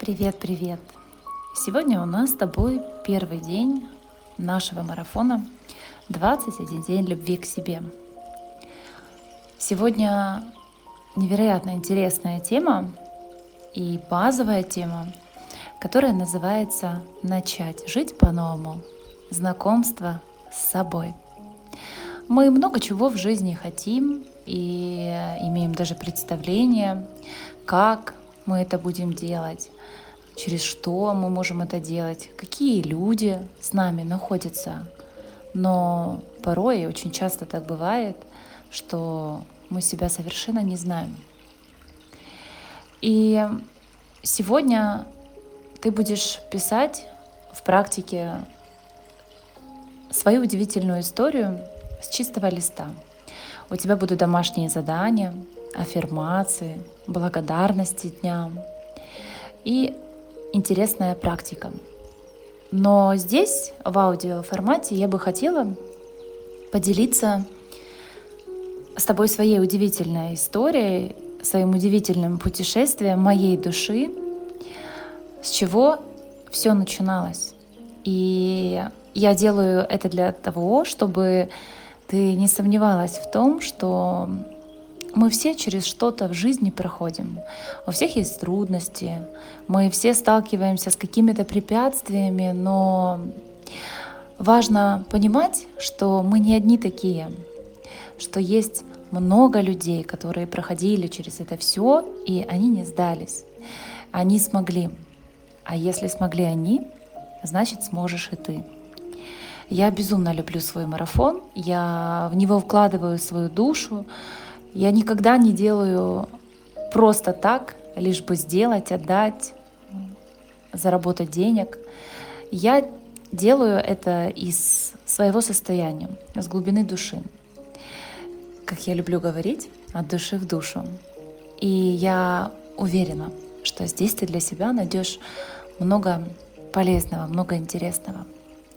Привет, привет! Сегодня у нас с тобой первый день нашего марафона «21 день любви к себе». Сегодня невероятно интересная тема и базовая тема, которая называется «Начать жить по-новому. Знакомство с собой». Мы много чего в жизни хотим и имеем даже представление, как мы это будем делать, через что мы можем это делать, какие люди с нами находятся. Но порой и очень часто так бывает, что мы себя совершенно не знаем. И сегодня ты будешь писать в практике свою удивительную историю с чистого листа. У тебя будут домашние задания, аффирмации, благодарности дням и интересная практика. Но здесь, в аудиоформате, я бы хотела поделиться с тобой своей удивительной историей, своим удивительным путешествием моей души, с чего все начиналось. И я делаю это для того, чтобы ты не сомневалась в том, что мы все через что-то в жизни проходим. У всех есть трудности, мы все сталкиваемся с какими-то препятствиями, но важно понимать, что мы не одни такие, что есть много людей, которые проходили через это все, и они не сдались. Они смогли. А если смогли они, значит сможешь и ты. Я безумно люблю свой марафон, я в него вкладываю свою душу. Я никогда не делаю просто так, лишь бы сделать, отдать, заработать денег. Я делаю это из своего состояния, с глубины души. Как я люблю говорить, от души в душу. И я уверена, что здесь ты для себя найдешь много полезного, много интересного.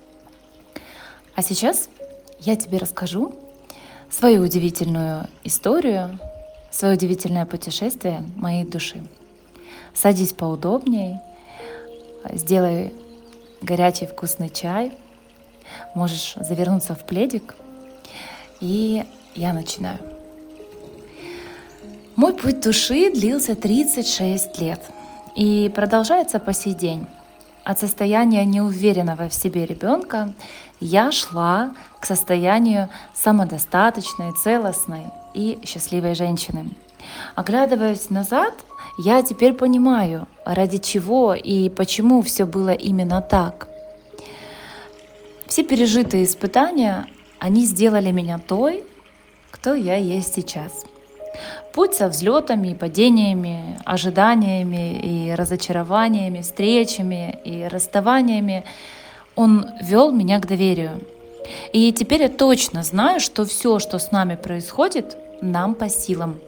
А сейчас я тебе расскажу свою удивительную историю, свое удивительное путешествие моей души. Садись поудобнее, сделай горячий вкусный чай, можешь завернуться в пледик, и я начинаю. Мой путь души длился 36 лет и продолжается по сей день. От состояния неуверенного в себе ребенка я шла к состоянию самодостаточной, целостной и счастливой женщины. Оглядываясь назад, я теперь понимаю, ради чего и почему все было именно так. Все пережитые испытания, они сделали меня той, кто я есть сейчас. Путь со взлетами и падениями, ожиданиями и разочарованиями, встречами и расставаниями, он вел меня к доверию. И теперь я точно знаю, что все, что с нами происходит, нам по силам.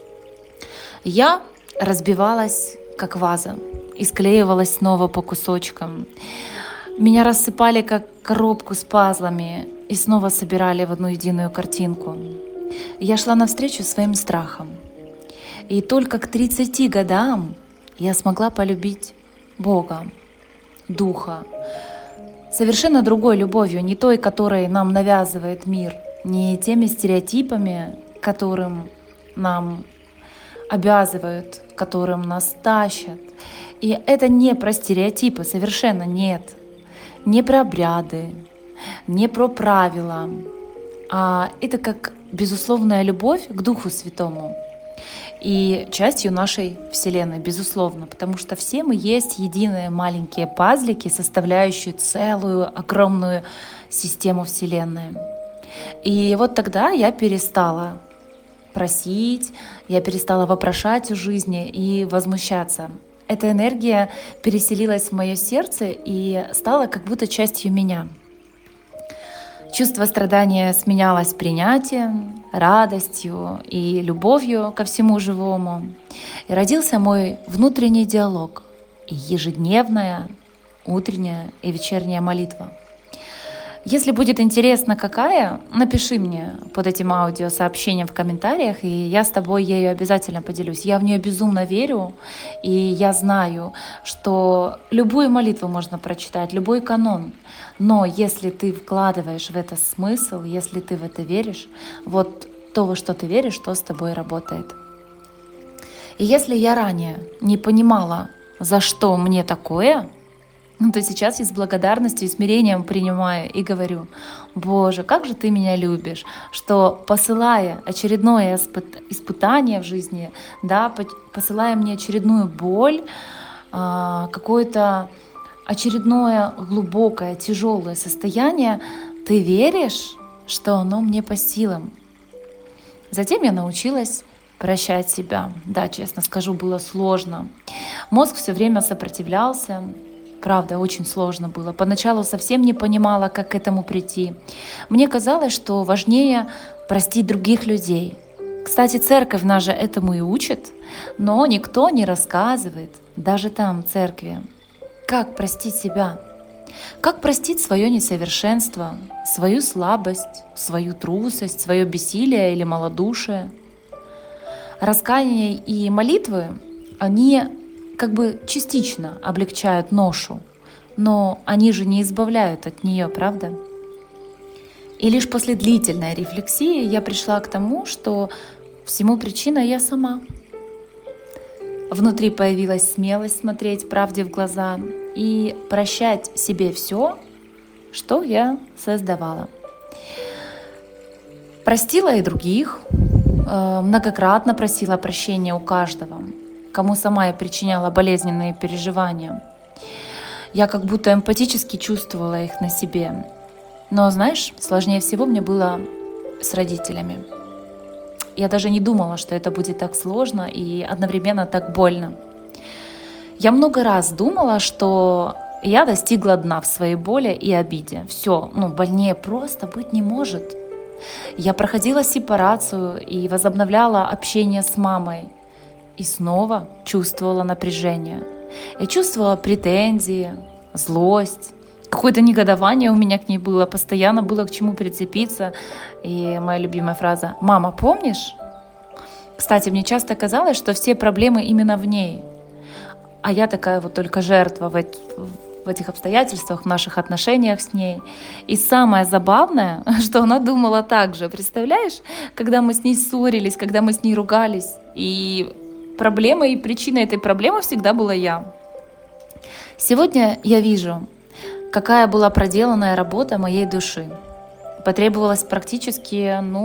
Я разбивалась, как ваза, и склеивалась снова по кусочкам. Меня рассыпали, как коробку с пазлами, и снова собирали в одну единую картинку. Я шла навстречу своим страхам. И только к 30 годам я смогла полюбить Бога, Духа, совершенно другой любовью, не той, которой нам навязывает мир, не теми стереотипами, которым нам обязывают, которым нас тащат. И это не про стереотипы, совершенно нет. Не про обряды, не про правила, а это как безусловная любовь к Духу Святому и частью нашей Вселенной, безусловно, потому что все мы есть единые маленькие пазлики, составляющие целую огромную систему Вселенной. И вот тогда я перестала просить, я перестала вопрошать у жизни и возмущаться. Эта энергия переселилась в мое сердце и стала как будто частью меня. Чувство страдания сменялось принятием, радостью и любовью ко всему живому. И родился мой внутренний диалог и ежедневная утренняя и вечерняя молитва. Если будет интересно, какая, напиши мне под этим аудиосообщением в комментариях, и я с тобой ею обязательно поделюсь. Я в нее безумно верю, и я знаю, что любую молитву можно прочитать, любой канон. Но если ты вкладываешь в это смысл, если ты в это веришь, вот то, во что ты веришь, то с тобой работает. И если я ранее не понимала, за что мне такое, то сейчас я с благодарностью и смирением принимаю и говорю: Боже, как же ты меня любишь, что, посылая очередное испытание в жизни, да, посылая мне очередную боль, какое-то очередное глубокое, тяжелое состояние, ты веришь, что оно мне по силам. Затем я научилась прощать себя. Да, честно скажу, было сложно. Мозг все время сопротивлялся. Правда, очень сложно было. Поначалу совсем не понимала, как к этому прийти. Мне казалось, что важнее простить других людей. Кстати, церковь нас же этому и учит, но никто не рассказывает, даже там, в церкви, как простить себя, как простить свое несовершенство, свою слабость, свою трусость, свое бессилие или малодушие. Раскаяние и молитвы, они как бы частично облегчают ношу, но они же не избавляют от нее, правда? И лишь после длительной рефлексии я пришла к тому, что всему причина я сама. Внутри появилась смелость смотреть правде в глаза и прощать себе все, что я создавала. Простила и других, многократно просила прощения у каждого, кому сама я причиняла болезненные переживания. Я как будто эмпатически чувствовала их на себе. Но, знаешь, сложнее всего мне было с родителями. Я даже не думала, что это будет так сложно и одновременно так больно. Я много раз думала, что я достигла дна в своей боли и обиде. Все, больнее просто быть не может. Я проходила сепарацию и возобновляла общение с мамой. И снова чувствовала напряжение. Я чувствовала претензии, злость, какое-то негодование у меня к ней было, постоянно было к чему прицепиться. И моя любимая фраза: «Мама, помнишь?» Кстати, мне часто казалось, что все проблемы именно в ней. А я такая вот только жертва в этих обстоятельствах, в наших отношениях с ней. И самое забавное, что она думала так же. Представляешь, когда мы с ней ссорились, когда мы с ней ругались, и проблема и причина этой проблемы всегда была я. Сегодня я вижу, какая была проделанная работа моей души. Потребовалось практически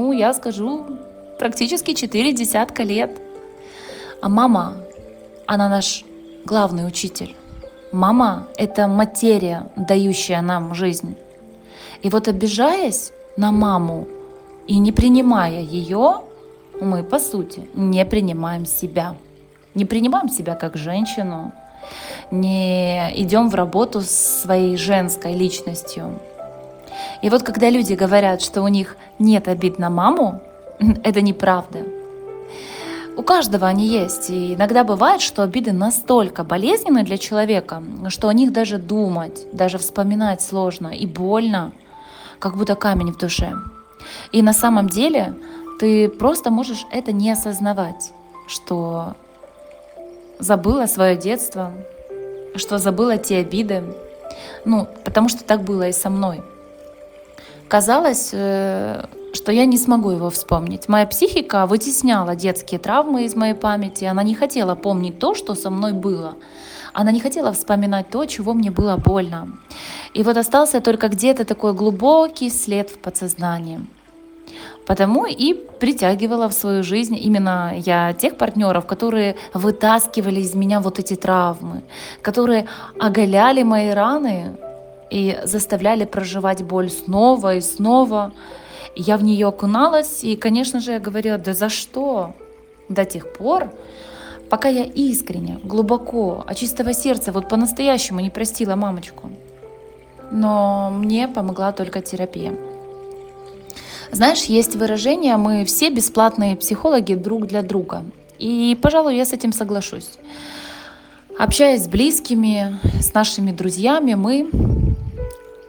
4 десятка лет. А мама, она наш главный учитель. Мама — это материя, дающая нам жизнь. И вот обижаясь на маму и не принимая ее, мы, по сути, не принимаем себя. Не принимаем себя как женщину, не идем в работу с своей женской личностью. И вот когда люди говорят, что у них нет обид на маму, это неправда. У каждого они есть. И иногда бывает, что обиды настолько болезненны для человека, что о них даже думать, даже вспоминать сложно и больно, как будто камень в душе. И на самом деле ты просто можешь это не осознавать, что забыла свое детство, что забыла те обиды, потому что так было и со мной. Казалось, что я не смогу его вспомнить. Моя психика вытесняла детские травмы из моей памяти, она не хотела помнить то, что со мной было. Она не хотела вспоминать то, чего мне было больно. И вот остался только где-то такой глубокий след в подсознании. Потому и притягивала в свою жизнь именно я тех партнеров, которые вытаскивали из меня вот эти травмы, которые оголяли мои раны и заставляли проживать боль снова и снова. И я в нее окуналась, и, конечно же, я говорила: да за что? До тех пор, пока я искренне, глубоко, от чистого сердца, вот по-настоящему не простила мамочку. Но мне помогла только терапия. Знаешь, есть выражение: мы все бесплатные психологи друг для друга. И, пожалуй, я с этим соглашусь. Общаясь с близкими, с нашими друзьями, мы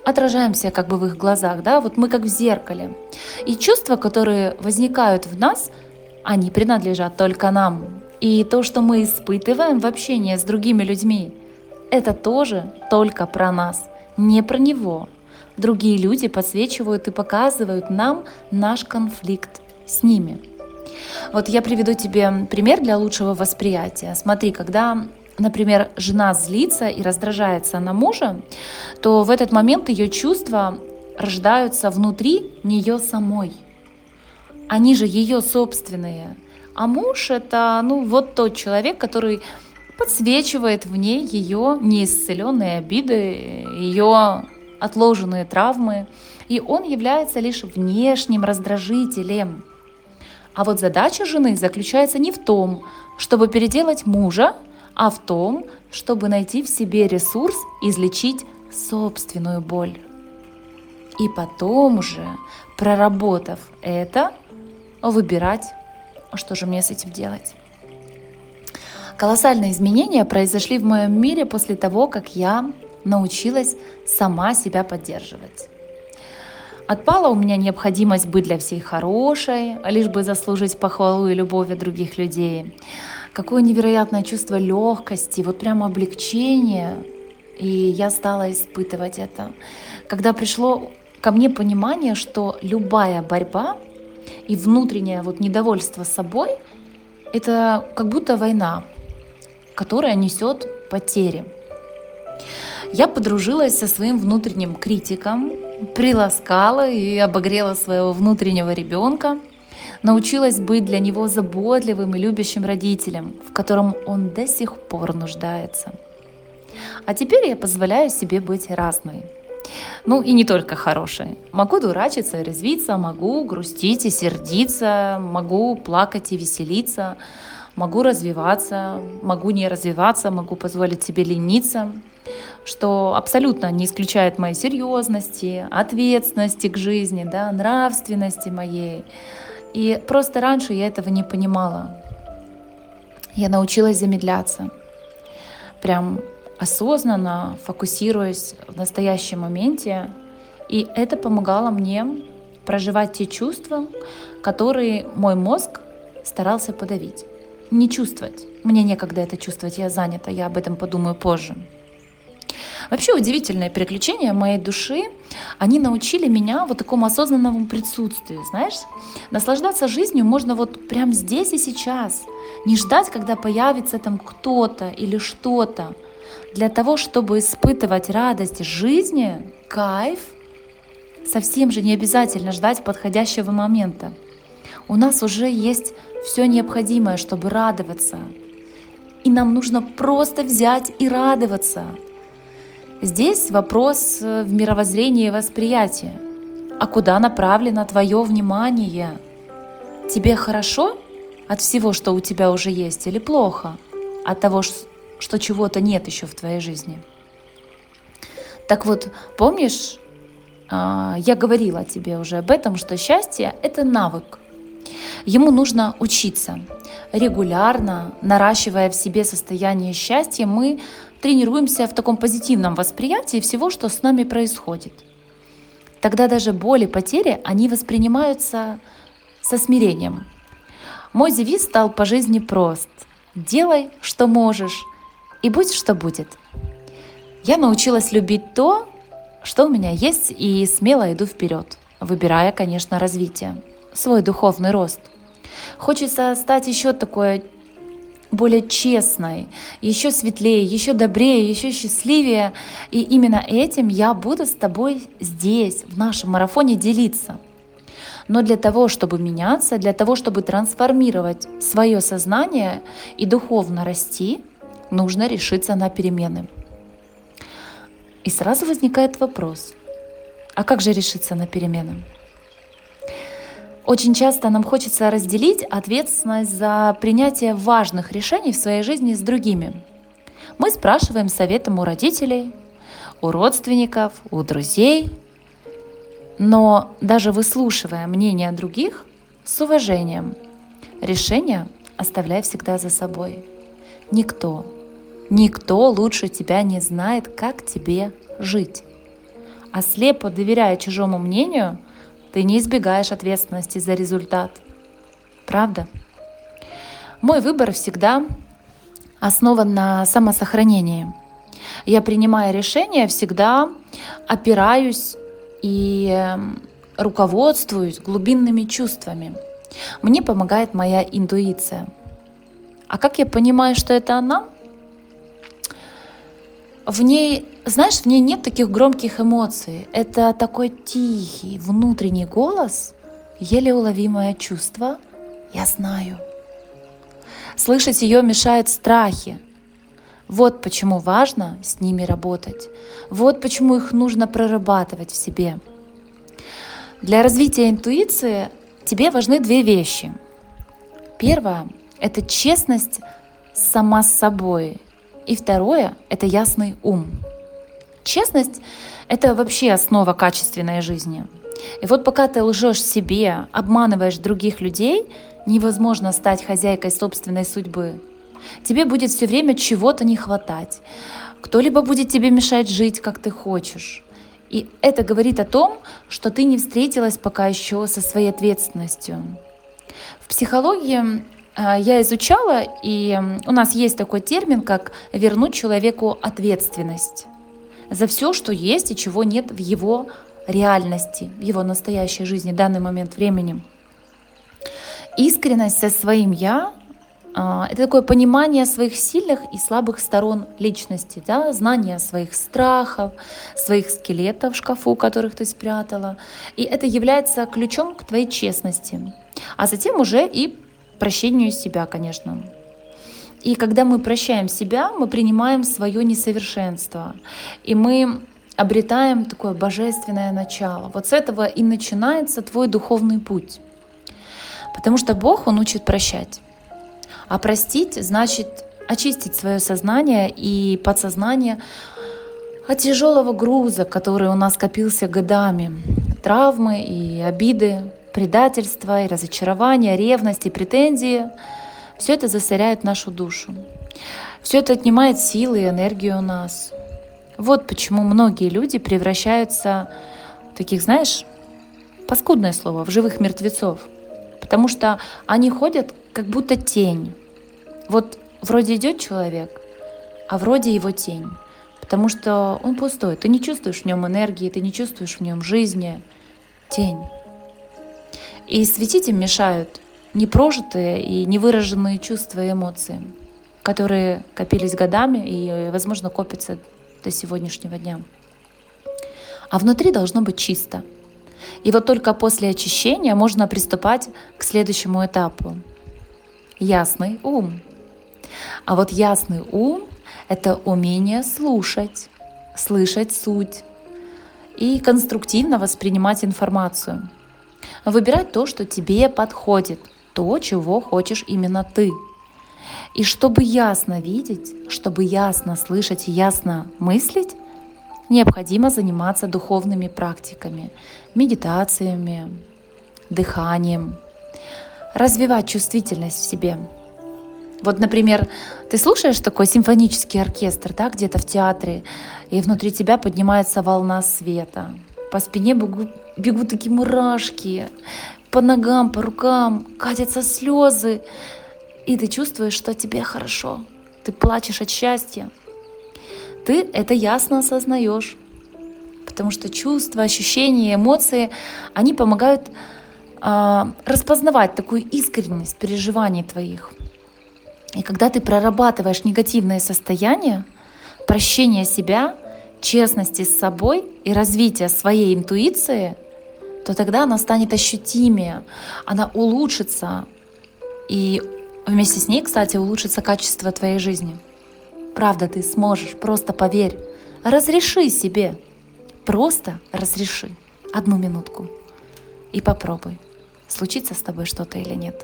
отражаемся как бы в их глазах, да, вот мы как в зеркале. И чувства, которые возникают в нас, они принадлежат только нам. И то, что мы испытываем в общении с другими людьми, это тоже только про нас, не про него. Другие люди подсвечивают и показывают нам наш конфликт с ними. Вот я приведу тебе пример для лучшего восприятия. Смотри, когда, например, жена злится и раздражается на мужа, то в этот момент ее чувства рождаются внутри нее самой. Они же ее собственные. А муж это, вот тот человек, который подсвечивает в ней ее неисцеленные обиды, ее отложенные травмы. И он является лишь внешним раздражителем. А вот задача жены заключается не в том, чтобы переделать мужа, а в том, чтобы найти в себе ресурс излечить собственную боль. И потом уже, проработав это, выбирать, что же мне с этим делать. Колоссальные изменения произошли в моем мире после того, как я научилась сама себя поддерживать. Отпала у меня необходимость быть для всех хорошей, лишь бы заслужить похвалу и любовь от других людей. Какое невероятное чувство легкости, вот прямо облегчение. И я стала испытывать это. Когда пришло ко мне понимание, что любая борьба и внутреннее недовольство собой — это как будто война, которая несет потери. Я подружилась со своим внутренним критиком, приласкала и обогрела своего внутреннего ребенка, научилась быть для него заботливым и любящим родителем, в котором он до сих пор нуждается. А теперь я позволяю себе быть разной. И не только хорошей. Могу дурачиться и резвиться, могу грустить и сердиться, могу плакать и веселиться, могу развиваться, могу не развиваться, могу позволить себе лениться, что абсолютно не исключает моей серьезности, ответственности к жизни, нравственности моей. И просто раньше я этого не понимала. Я научилась замедляться, прям осознанно фокусируясь в настоящем моменте. И это помогало мне проживать те чувства, которые мой мозг старался подавить. Не чувствовать. Мне некогда это чувствовать, я занята, я об этом подумаю позже. Вообще удивительные приключения моей души, они научили меня такому осознанному присутствию, знаешь. Наслаждаться жизнью можно прямо здесь и сейчас. Не ждать, когда появится там кто-то или что-то. Для того, чтобы испытывать радость жизни, кайф, совсем же не обязательно ждать подходящего момента. У нас уже есть все необходимое, чтобы радоваться. И нам нужно просто взять и радоваться. Здесь вопрос в мировоззрении и восприятии. А куда направлено твое внимание? Тебе хорошо от всего, что у тебя уже есть, или плохо от того, что чего-то нет еще в твоей жизни? Так вот, помнишь, я говорила тебе уже об этом, что счастье — это навык. Ему нужно учиться. Регулярно, наращивая в себе состояние счастья, мы тренируемся в таком позитивном восприятии всего, что с нами происходит. Тогда даже боль и потери, они воспринимаются со смирением. Мой девиз стал по жизни прост. Делай, что можешь, и будь, что будет. Я научилась любить то, что у меня есть, и смело иду вперед, выбирая, конечно, развитие, свой духовный рост. Хочется стать еще такой более честной, еще светлее, еще добрее, еще счастливее. И именно этим я буду с тобой здесь, в нашем марафоне, делиться. Но для того, чтобы меняться, для того, чтобы трансформировать свое сознание и духовно расти, нужно решиться на перемены. И сразу возникает вопрос, а как же решиться на перемены? Очень часто нам хочется разделить ответственность за принятие важных решений в своей жизни с другими. Мы спрашиваем советом у родителей, у родственников, у друзей. Но даже выслушивая мнение других с уважением, решение оставляй всегда за собой. Никто лучше тебя не знает, как тебе жить. А слепо доверяя чужому мнению, ты не избегаешь ответственности за результат. Правда? Мой выбор всегда основан на самосохранении. Я, принимая решения, всегда опираюсь и руководствуюсь глубинными чувствами. Мне помогает моя интуиция. А как я понимаю, что это она? В ней, знаешь, в ней нет таких громких эмоций. Это такой тихий внутренний голос, еле уловимое чувство «я знаю». Слышать ее мешают страхи. Вот почему важно с ними работать. Вот почему их нужно прорабатывать в себе. Для развития интуиции тебе важны две вещи. Первое — это честность сама с собой. И второе — это ясный ум. Честность — это вообще основа качественной жизни. И вот пока ты лжешь себе, обманываешь других людей, невозможно стать хозяйкой собственной судьбы. Тебе будет все время чего-то не хватать. Кто-либо будет тебе мешать жить, как ты хочешь. И это говорит о том, что ты не встретилась пока еще со своей ответственностью. В психологии я изучала, и у нас есть такой термин, как вернуть человеку ответственность за все, что есть и чего нет в его реальности, в его настоящей жизни, в данный момент времени. Искренность со своим «я» — это такое понимание своих сильных и слабых сторон личности, да? Знание своих страхов, своих скелетов в шкафу, которых ты спрятала. И это является ключом к твоей честности. А затем уже и прощению себя, конечно. И когда мы прощаем себя, мы принимаем свое несовершенство. И мы обретаем такое божественное начало. Вот с этого и начинается твой духовный путь. Потому что Бог, Он учит прощать. А простить значит очистить свое сознание и подсознание от тяжелого груза, который у нас копился годами. Травмы и обиды, предательство и разочарование, ревность и претензии. Все это засоряет нашу душу. Все это отнимает силы и энергию у нас. Вот почему многие люди превращаются в таких, знаешь, паскудное слово, в живых мертвецов. Потому что они ходят как будто тень. Вот вроде идет человек, а вроде его тень. Потому что он пустой. Ты не чувствуешь в нем энергии, ты не чувствуешь в нем жизни. Тень. И светить им мешают непрожитые и невыраженные чувства и эмоции, которые копились годами и, возможно, копятся до сегодняшнего дня. А внутри должно быть чисто. И вот только после очищения можно приступать к следующему этапу. Ясный ум. А вот ясный ум — это умение слушать, слышать суть и конструктивно воспринимать информацию. Выбирать то, что тебе подходит, то, чего хочешь именно ты. И чтобы ясно видеть, чтобы ясно слышать и ясно мыслить, необходимо заниматься духовными практиками, медитациями, дыханием, развивать чувствительность в себе. Вот, например, ты слушаешь такой симфонический оркестр, да, где-то в театре, и внутри тебя поднимается волна света. По спине бегут такие мурашки, по ногам, по рукам катятся слезы, и ты чувствуешь, что тебе хорошо. Ты плачешь от счастья. Ты это ясно осознаешь, потому что чувства, ощущения, эмоции, они помогают распознавать такую искренность переживаний твоих. И когда ты прорабатываешь негативные состояния, прощение себя, честности с собой и развитие своей интуиции, то тогда она станет ощутимее, она улучшится. И вместе с ней, кстати, улучшится качество твоей жизни. Правда, ты сможешь, просто поверь. Разреши себе. Просто разреши. 1 минутку. И попробуй, случится с тобой что-то или нет.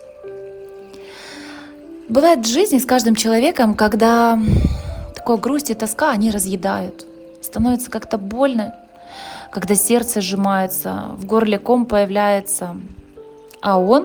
Бывает в жизни с каждым человеком, когда такая грусть и тоска, они разъедают. Становится как-то больно, когда сердце сжимается, в горле ком появляется. А он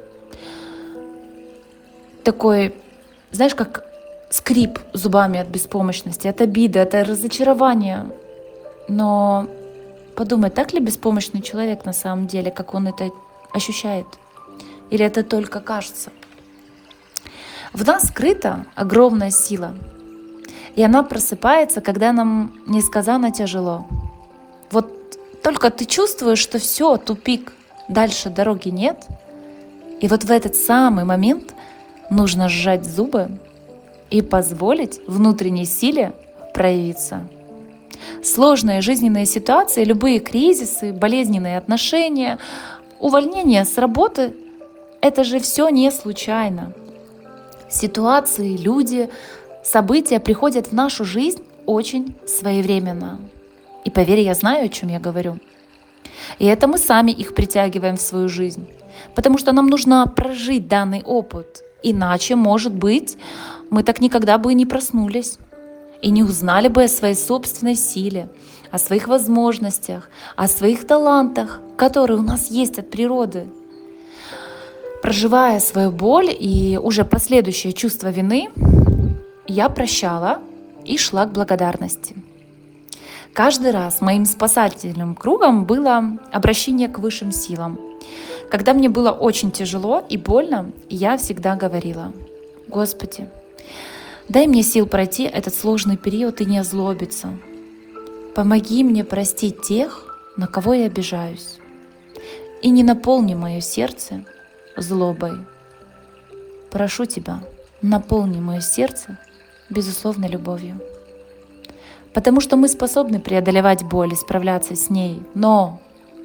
такой, знаешь, как скрип зубами от беспомощности, от обиды, от разочарования. Но Подумай, так ли беспомощный человек на самом деле, как он это ощущает? Или это только кажется? В нас скрыта огромная сила, и она просыпается, когда нам несказанно тяжело. Вот только ты чувствуешь, что все, тупик, дальше дороги нет, и вот в этот самый момент нужно сжать зубы и позволить внутренней силе проявиться. Сложные жизненные ситуации, любые кризисы, болезненные отношения, увольнение с работы — это же все не случайно. Ситуации, люди, события приходят в нашу жизнь очень своевременно. И поверь, я знаю, о чем я говорю. И это мы сами их притягиваем в свою жизнь. Потому что нам нужно прожить данный опыт. Иначе, может быть, мы так никогда бы и не проснулись. И не узнали бы о своей собственной силе, о своих возможностях, о своих талантах, которые у нас есть от природы. Проживая свою боль и уже последующее чувство вины, я прощала и шла к благодарности. Каждый раз моим спасательным кругом было обращение к высшим силам. Когда мне было очень тяжело и больно, я всегда говорила: «Господи, дай мне сил пройти этот сложный период и не озлобиться. Помоги мне простить тех, на кого я обижаюсь, и не наполни мое сердце злобой. Прошу Тебя, наполни мое сердце безусловной любовью». Потому что мы способны преодолевать боль и справляться с ней. Но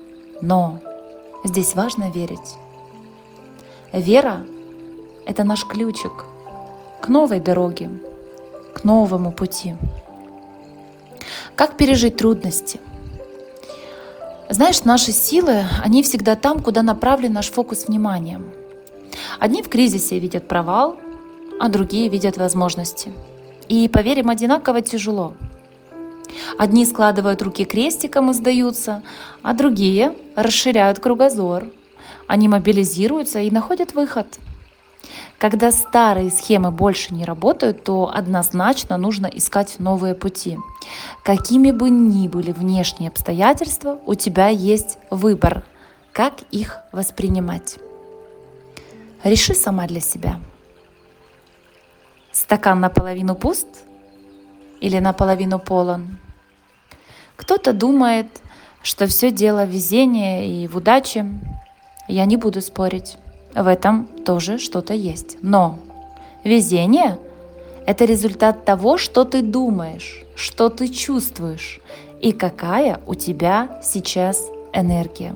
здесь важно верить. Вера — это наш ключик к новой дороге, к новому пути. Как пережить трудности? Знаешь, наши силы, они всегда там, куда направлен наш фокус внимания. Одни в кризисе видят провал, а другие видят возможности. И, поверь, им одинаково тяжело. Одни складывают руки крестиком и сдаются, а другие расширяют кругозор. Они мобилизируются и находят выход. Когда старые схемы больше не работают, то однозначно нужно искать новые пути. Какими бы ни были внешние обстоятельства, у тебя есть выбор, как их воспринимать. Реши сама для себя. Стакан наполовину пуст или наполовину полон? Кто-то думает, что все дело в везении и в удаче. Я не буду спорить. В этом тоже что-то есть. Но везение — это результат того, что ты думаешь, что ты чувствуешь и какая у тебя сейчас энергия.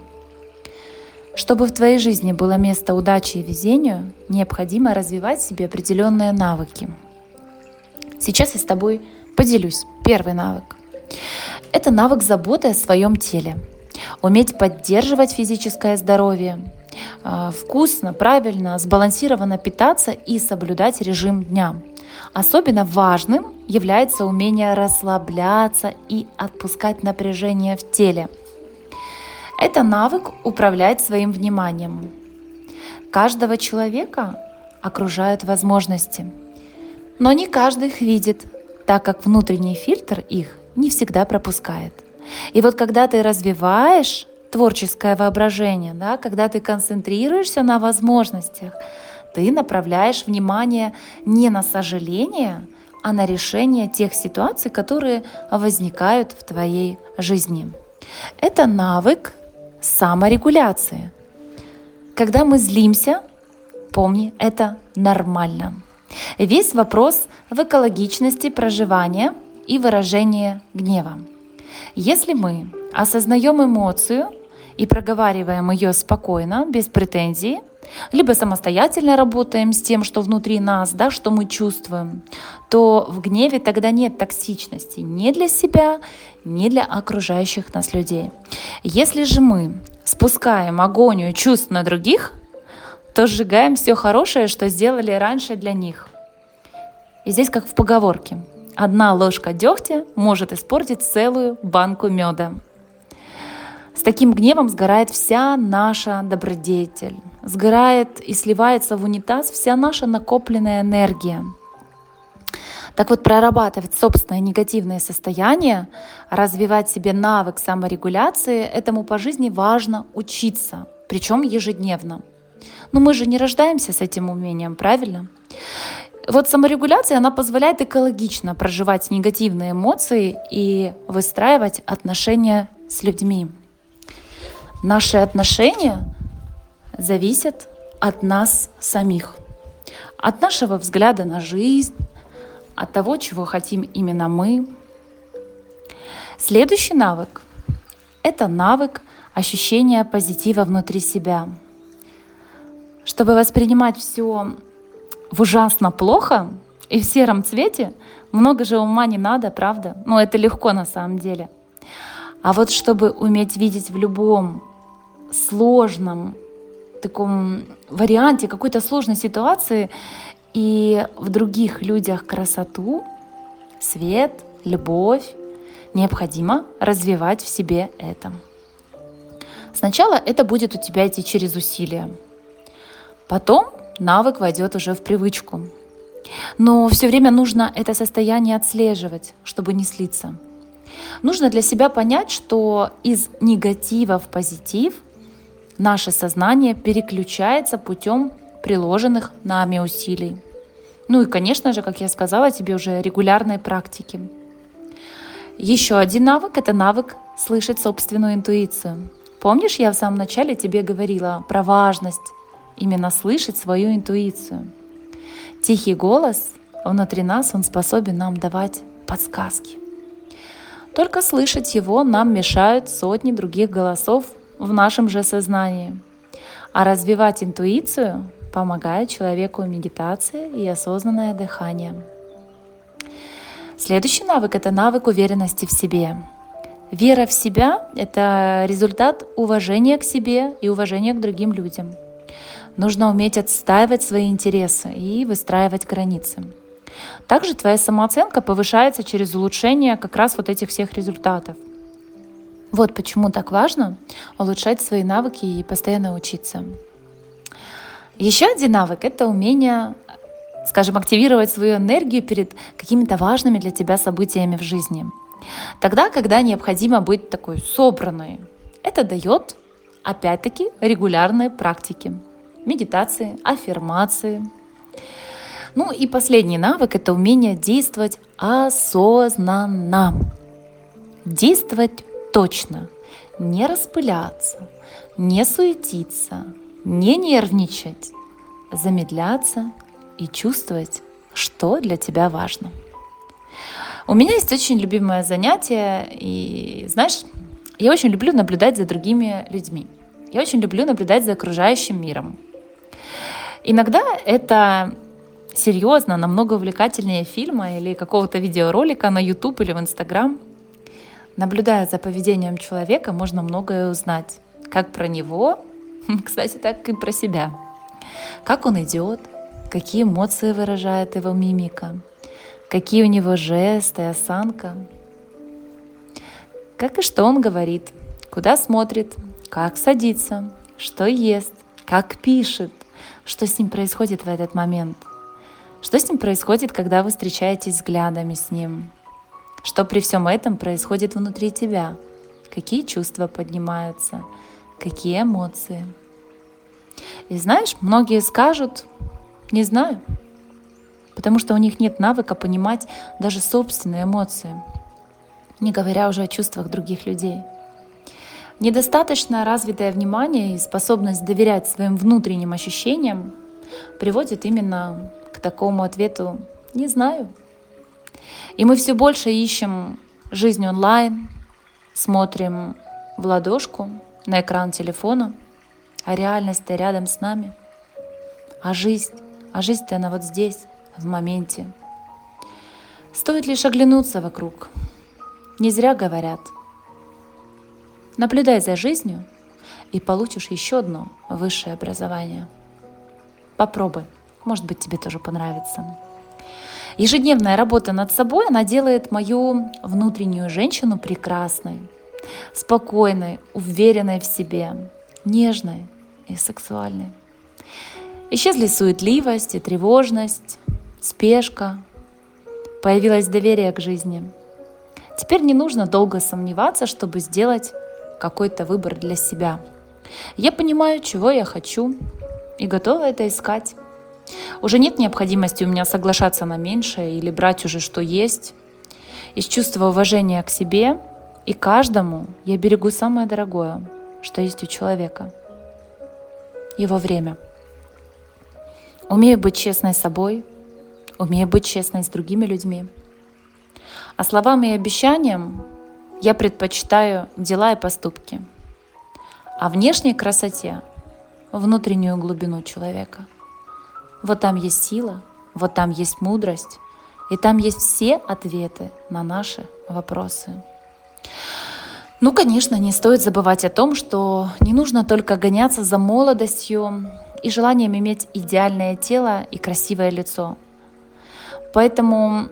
Чтобы в твоей жизни было место удачи и везению, необходимо развивать в себе определенные навыки. Сейчас я с тобой поделюсь. Первый навык — это навык заботы о своем теле. Уметь поддерживать физическое здоровье, вкусно, правильно, сбалансированно питаться и соблюдать режим дня. Особенно важным является умение расслабляться и отпускать напряжение в теле. Это навык управлять своим вниманием. Каждого человека окружают возможности, но не каждый их видит, так как внутренний фильтр их не всегда пропускает. И вот когда ты развиваешь творческое воображение, да, когда ты концентрируешься на возможностях, ты направляешь внимание не на сожаление, а на решение тех ситуаций, которые возникают в твоей жизни. Это навык саморегуляции. Когда мы злимся, помни, это нормально. Весь вопрос в экологичности проживания и выражения гнева. Если мы осознаем эмоцию и проговариваем ее спокойно, без претензий, либо самостоятельно работаем с тем, что внутри нас, да, что мы чувствуем, то в гневе тогда нет токсичности ни для себя, ни для окружающих нас людей. Если же мы спускаем агонию чувств на других, то сжигаем все хорошее, что сделали раньше для них. И здесь как в поговорке: одна ложка дегтя может испортить целую банку меда. С таким гневом сгорает вся наша добродетель, сгорает и сливается в унитаз вся наша накопленная энергия. Так вот, прорабатывать собственное негативное состояние, развивать в себе навык саморегуляции, этому по жизни важно учиться, причем ежедневно. Но мы же не рождаемся с этим умением, правильно? Вот саморегуляция, она позволяет экологично проживать негативные эмоции и выстраивать отношения с людьми. Наши отношения зависят от нас самих, от нашего взгляда на жизнь, от того, чего хотим именно мы. Следующий навык– это навык ощущения позитива внутри себя. Чтобы воспринимать все в ужасно плохо и в сером цвете, много же ума не надо, правда? Но это легко на самом деле. А вот чтобы уметь видеть в любом сложном таком варианте, какой-то сложной ситуации и в других людях красоту, свет, любовь, необходимо развивать в себе это. Сначала это будет у тебя идти через усилия. Потом навык войдет уже в привычку. Но все время нужно это состояние отслеживать, чтобы не слиться. Нужно для себя понять, что из негатива в позитив наше сознание переключается путем приложенных нами усилий. Ну и, конечно же, как я сказала тебе, уже регулярной практики. Еще один навык– это навык слышать собственную интуицию. Помнишь, я в самом начале тебе говорила про важность именно слышать свою интуицию. Тихий голос внутри нас, он способен нам давать подсказки. Только слышать его нам мешают сотни других голосов в нашем же сознании. А развивать интуицию помогает человеку медитация и осознанное дыхание. Следующий навык– это навык уверенности в себе. Вера в себя – это результат уважения к себе и уважения к другим людям. Нужно уметь отстаивать свои интересы и выстраивать границы. Также твоя самооценка повышается через улучшение как раз вот этих всех результатов. Вот почему так важно улучшать свои навыки и постоянно учиться. Еще один навык– это умение, скажем, активировать свою энергию перед какими-то важными для тебя событиями в жизни. Тогда, когда необходимо быть такой собранной. Это дает, опять-таки, регулярные практики. Медитации, аффирмации. Ну и последний навык– это умение действовать осознанно. Действовать точно, не распыляться, не суетиться, не нервничать, замедляться и чувствовать, что для тебя важно. У меня есть очень любимое занятие, и знаешь, я очень люблю наблюдать за другими людьми. Я очень люблю наблюдать за окружающим миром. Иногда это серьезно, намного увлекательнее фильма или какого-то видеоролика на YouTube или в Instagram. Наблюдая за поведением человека, можно многое узнать. Как про него, кстати, так и про себя. Как он идет, какие эмоции выражает его мимика, какие у него жесты, осанка, как и что он говорит, куда смотрит, как садится, что ест, как пишет, что с ним происходит в этот момент, что с ним происходит, когда вы встречаетесь взглядами с ним, что при всем этом происходит внутри тебя, какие чувства поднимаются, какие эмоции. И знаешь, многие скажут, не знаю, потому что у них нет навыка понимать даже собственные эмоции, не говоря уже о чувствах других людей. Недостаточно развитое внимание и способность доверять своим внутренним ощущениям приводит именно к такому ответу «не знаю». И мы все больше ищем жизнь онлайн, смотрим в ладошку, на экран телефона, а реальность-то рядом с нами. А жизнь-то она вот здесь, в моменте. Стоит лишь оглянуться вокруг. Не зря говорят. Наблюдай за жизнью и получишь еще одно высшее образование. Попробуй, может быть, тебе тоже понравится. Ежедневная работа над собой, она делает мою внутреннюю женщину прекрасной, спокойной, уверенной в себе, нежной и сексуальной. Исчезли суетливость и тревожность, спешка, Появилось доверие к жизни. Теперь не нужно долго сомневаться, чтобы сделать какой-то выбор для себя. Я понимаю, чего я хочу, и готова это искать. Уже нет необходимости у меня соглашаться на меньшее или брать уже что есть. Из чувства уважения к себе и каждому я берегу самое дорогое, что есть у человека. Его время. Умею быть честной с собой, умею быть честной с другими людьми. А словам и обещаниям я предпочитаю дела и поступки. А внешней красоте — внутреннюю глубину человека. Вот там есть сила, вот там есть мудрость, и там есть все ответы на наши вопросы. Ну, конечно, не стоит забывать о том, что не нужно только гоняться за молодостью и желанием иметь идеальное тело и красивое лицо. Поэтому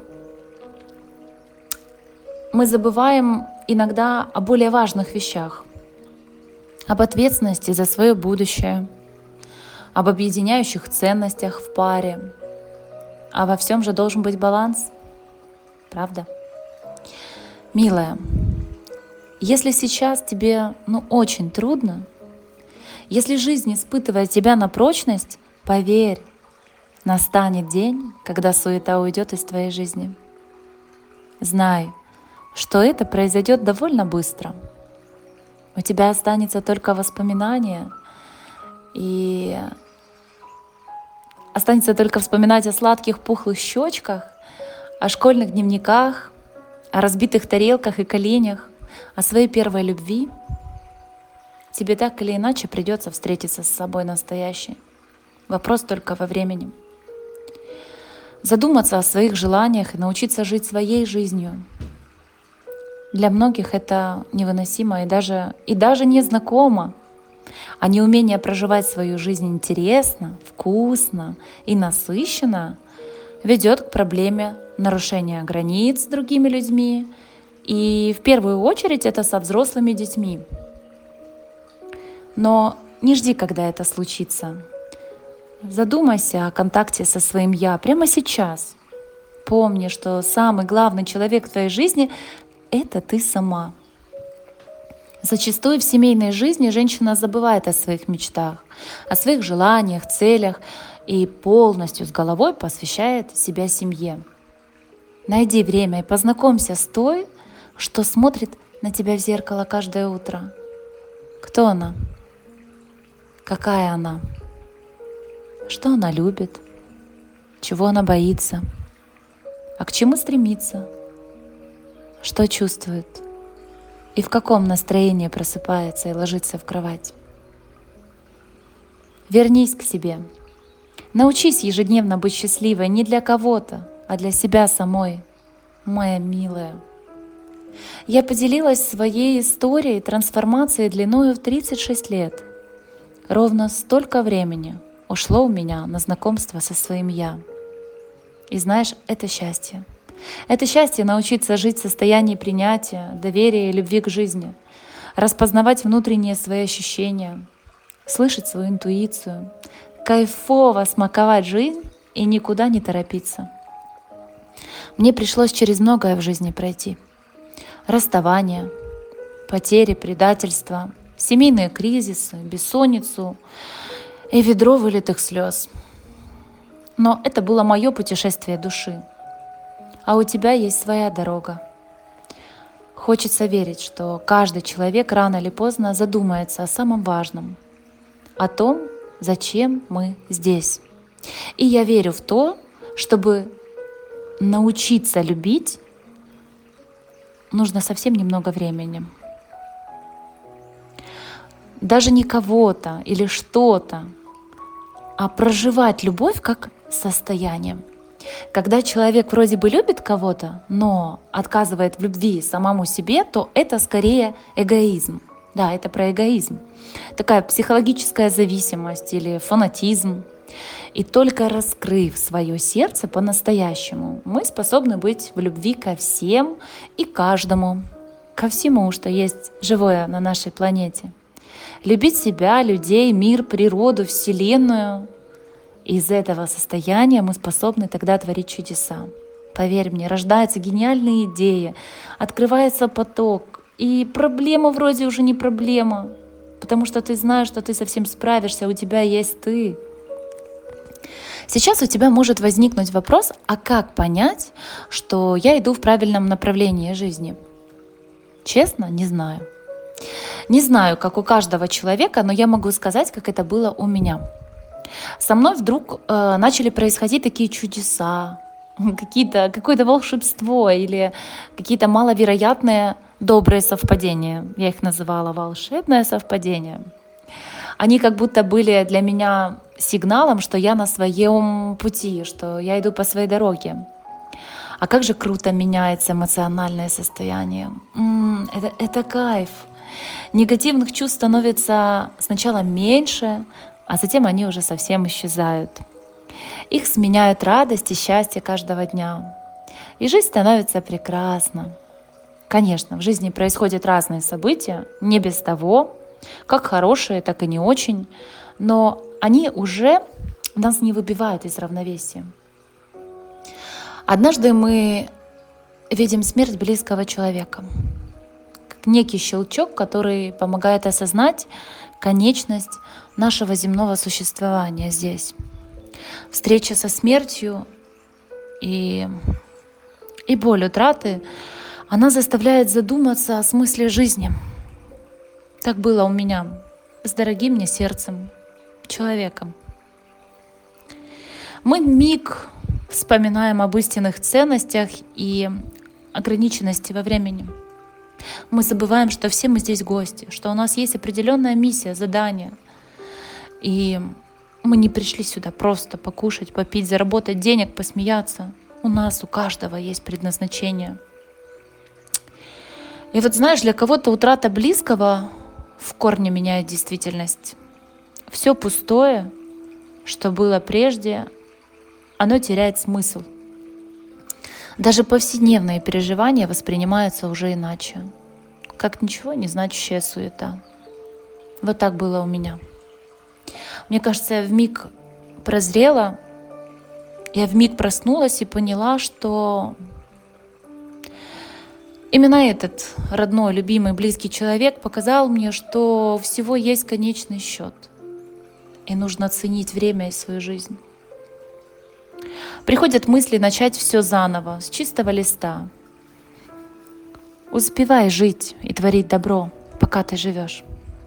мы забываем иногда о более важных вещах, об ответственности за свое будущее, об объединяющих ценностях в паре. А во всем же должен быть баланс, правда? Милая, если сейчас тебе очень трудно, если жизнь испытывает тебя на прочность, поверь, настанет день, когда суета уйдет из твоей жизни. Знай, что это произойдет довольно быстро. У тебя останется только воспоминание, и останется только вспоминать о сладких пухлых щечках, о школьных дневниках, о разбитых тарелках и коленях, о своей первой любви. Тебе так или иначе придется встретиться с собой настоящей. Вопрос только во времени. Задуматься о своих желаниях и научиться жить своей жизнью. Для многих это невыносимо и даже незнакомо. А неумение проживать свою жизнь интересно, вкусно и насыщенно ведет к проблеме нарушения границ с другими людьми. И в первую очередь это со взрослыми детьми. Но не жди, когда это случится. Задумайся о контакте со своим «я» прямо сейчас. Помни, что самый главный человек в твоей жизни — это ты сама. Зачастую в семейной жизни женщина забывает о своих мечтах, о своих желаниях, целях и полностью с головой посвящает себя семье. Найди время и познакомься с той, что смотрит на тебя в зеркало каждое утро. Кто она? Какая она? Что она любит? Чего она боится? А к чему стремится? Что чувствует? И в каком настроении просыпается и ложится в кровать? Вернись к себе. Научись ежедневно быть счастливой не для кого-то, а для себя самой, моя милая. Я поделилась своей историей трансформации длиною в 36 лет. Ровно столько времени ушло у меня на знакомство со своим «я». И знаешь, это счастье. Это счастье научиться жить в состоянии принятия, доверия и любви к жизни, распознавать внутренние свои ощущения, слышать свою интуицию, кайфово смаковать жизнь и никуда не торопиться. Мне пришлось через многое в жизни пройти. Расставания, потери, предательства, семейные кризисы, бессонницу и ведро вылитых слез. Но это было мое путешествие души. А у тебя есть своя дорога. Хочется верить, что каждый человек рано или поздно задумается о самом важном, о том, зачем мы здесь. И я верю в то, чтобы научиться любить, нужно совсем немного времени. Даже не кого-то или что-то, а проживать любовь как состояние. Когда человек вроде бы любит кого-то, но отказывает в любви самому себе, то это скорее эгоизм. Да, это про эгоизм. Такая психологическая зависимость или фанатизм. И только раскрыв свое сердце по-настоящему, мы способны быть в любви ко всем и каждому, ко всему, что есть живое на нашей планете. Любить себя, людей, мир, природу, Вселенную. Из этого состояния мы способны тогда творить чудеса. Поверь мне, рождаются гениальные идеи, открывается поток, и проблема вроде уже не проблема, потому что ты знаешь, что ты со всем справишься, у тебя есть ты. Сейчас у тебя может возникнуть вопрос, а как понять, что я иду в правильном направлении жизни? Честно, не знаю. Не знаю, как у каждого человека, но я могу сказать, как это было у меня. Со мной вдруг начали происходить такие чудеса, какое-то волшебство или какие-то маловероятные добрые совпадения. Я их называла волшебное совпадение. Они как будто были для меня сигналом, что я на своем пути, что я иду по своей дороге. А как же круто меняется эмоциональное состояние. Это кайф. Негативных чувств становится сначала меньше, а затем они уже совсем исчезают. Их сменяют радость и счастье каждого дня. И жизнь становится прекрасна. Конечно, в жизни происходят разные события, не без того, как хорошие, так и не очень, но они уже нас не выбивают из равновесия. Однажды мы видим смерть близкого человека, как некий щелчок, который помогает осознать конечность нашего земного существования здесь. Встреча со смертью и боль утраты, она заставляет задуматься о смысле жизни. Так было у меня с дорогим мне сердцем человеком. Мы миг вспоминаем об истинных ценностях и ограниченности во времени. Мы забываем, что все мы здесь гости, что у нас есть определенная миссия, задание. И мы не пришли сюда просто покушать, попить, заработать денег, посмеяться. У нас, у каждого есть предназначение. И вот знаешь, для кого-то утрата близкого в корне меняет действительность. Все пустое, что было прежде, оно теряет смысл. Даже повседневные переживания воспринимаются уже иначе, как ничего не значащая суета. Вот так было у меня. Мне кажется, я вмиг прозрела, я вмиг проснулась и поняла, что именно этот родной, любимый, близкий человек показал мне, что всего есть конечный счет, и нужно ценить время и свою жизнь. Приходят мысли начать все заново, с чистого листа. Успевай жить и творить добро, пока ты живешь.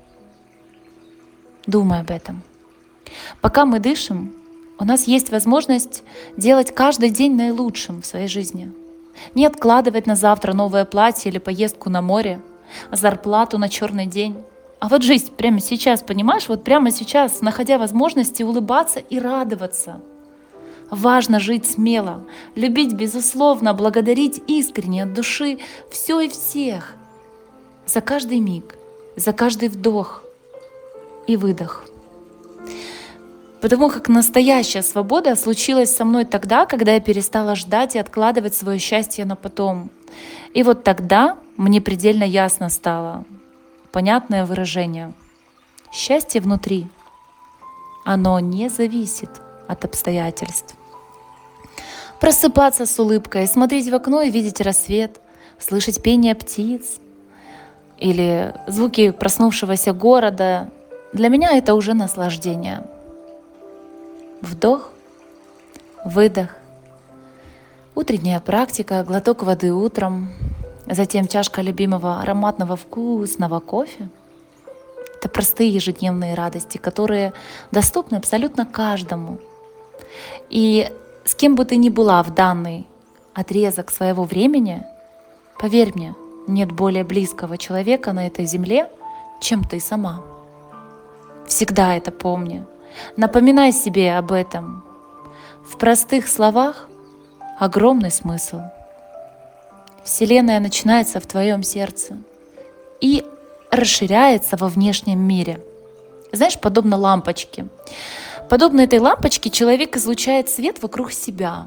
Думай об этом. Пока мы дышим, у нас есть возможность делать каждый день наилучшим в своей жизни. Не откладывать на завтра новое платье или поездку на море, зарплату на черный день. А вот жить прямо сейчас, понимаешь? Вот прямо сейчас, находя возможности улыбаться и радоваться. Важно жить смело, любить безусловно, благодарить искренне от души все и всех. За каждый миг, за каждый вдох и выдох. Потому как настоящая свобода случилась со мной тогда, когда я перестала ждать и откладывать свое счастье на потом. И вот тогда мне предельно ясно стало понятное выражение. Счастье внутри. Оно не зависит от обстоятельств. Просыпаться с улыбкой, смотреть в окно и видеть рассвет, слышать пение птиц или звуки проснувшегося города. Для меня это уже наслаждение. Вдох, выдох, утренняя практика, глоток воды утром, затем чашка любимого ароматного вкусного кофе. Это простые ежедневные радости, которые доступны абсолютно каждому. И с кем бы ты ни была в данный отрезок своего времени, поверь мне, нет более близкого человека на этой земле, чем ты сама. Всегда это помни. Напоминай себе об этом. В простых словах огромный смысл. Вселенная начинается в твоем сердце и расширяется во внешнем мире. Знаешь, подобно лампочке. Подобно этой лампочке человек излучает свет вокруг себя.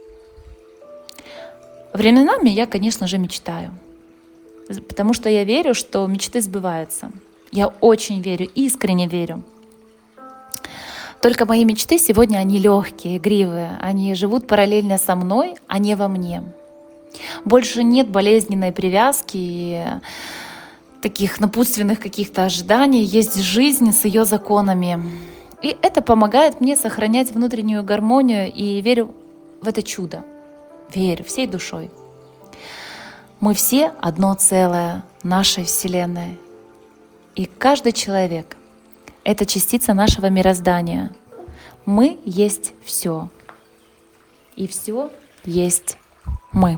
Временами я, конечно же, мечтаю. Потому что я верю, что мечты сбываются. Я очень верю, искренне верю. Только мои мечты сегодня, они легкие, игривые, они живут параллельно со мной, а не во мне. Больше нет болезненной привязки и таких напутственных каких-то ожиданий, есть жизнь с ее законами. И это помогает мне сохранять внутреннюю гармонию и верю в это чудо. Верю всей душой. Мы все одно целое нашей Вселенной. И каждый человек — это частица нашего мироздания. Мы есть все. И все есть мы.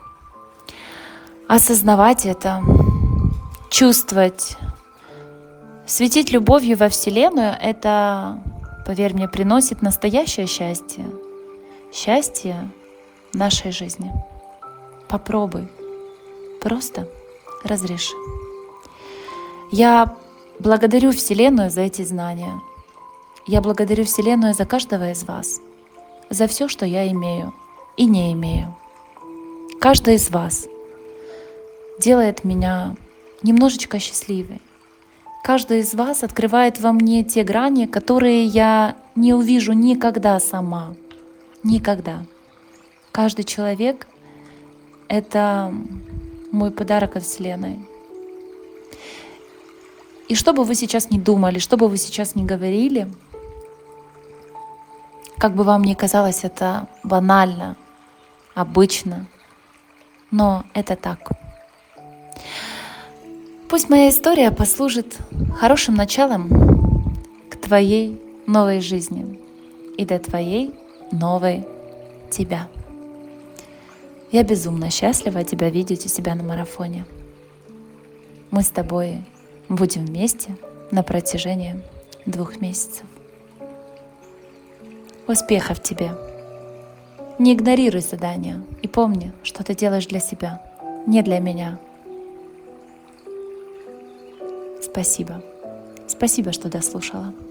Осознавать это, чувствовать, светить любовью во Вселенную — это, поверь мне, приносит настоящее счастье. Счастье нашей жизни. Попробуй. Просто разреши. Я благодарю Вселенную за эти знания. Я благодарю Вселенную за каждого из вас. За все, что я имею и не имею. Каждый из вас делает меня немножечко счастливой. Каждый из вас открывает во мне те грани, которые я не увижу никогда сама. Никогда. Каждый человек — это мой подарок от Вселенной. И что бы вы сейчас ни думали, что бы вы сейчас ни говорили, как бы вам ни казалось это банально, обычно, но это так. Пусть моя история послужит хорошим началом к твоей новой жизни и до твоей новой тебя. Я безумно счастлива тебя видеть у себя на марафоне. Мы с тобой будем вместе на протяжении 2 месяцев. Успехов тебе! Не игнорируй задания и помни, что ты делаешь для себя, не для меня. Спасибо. Спасибо, что дослушала.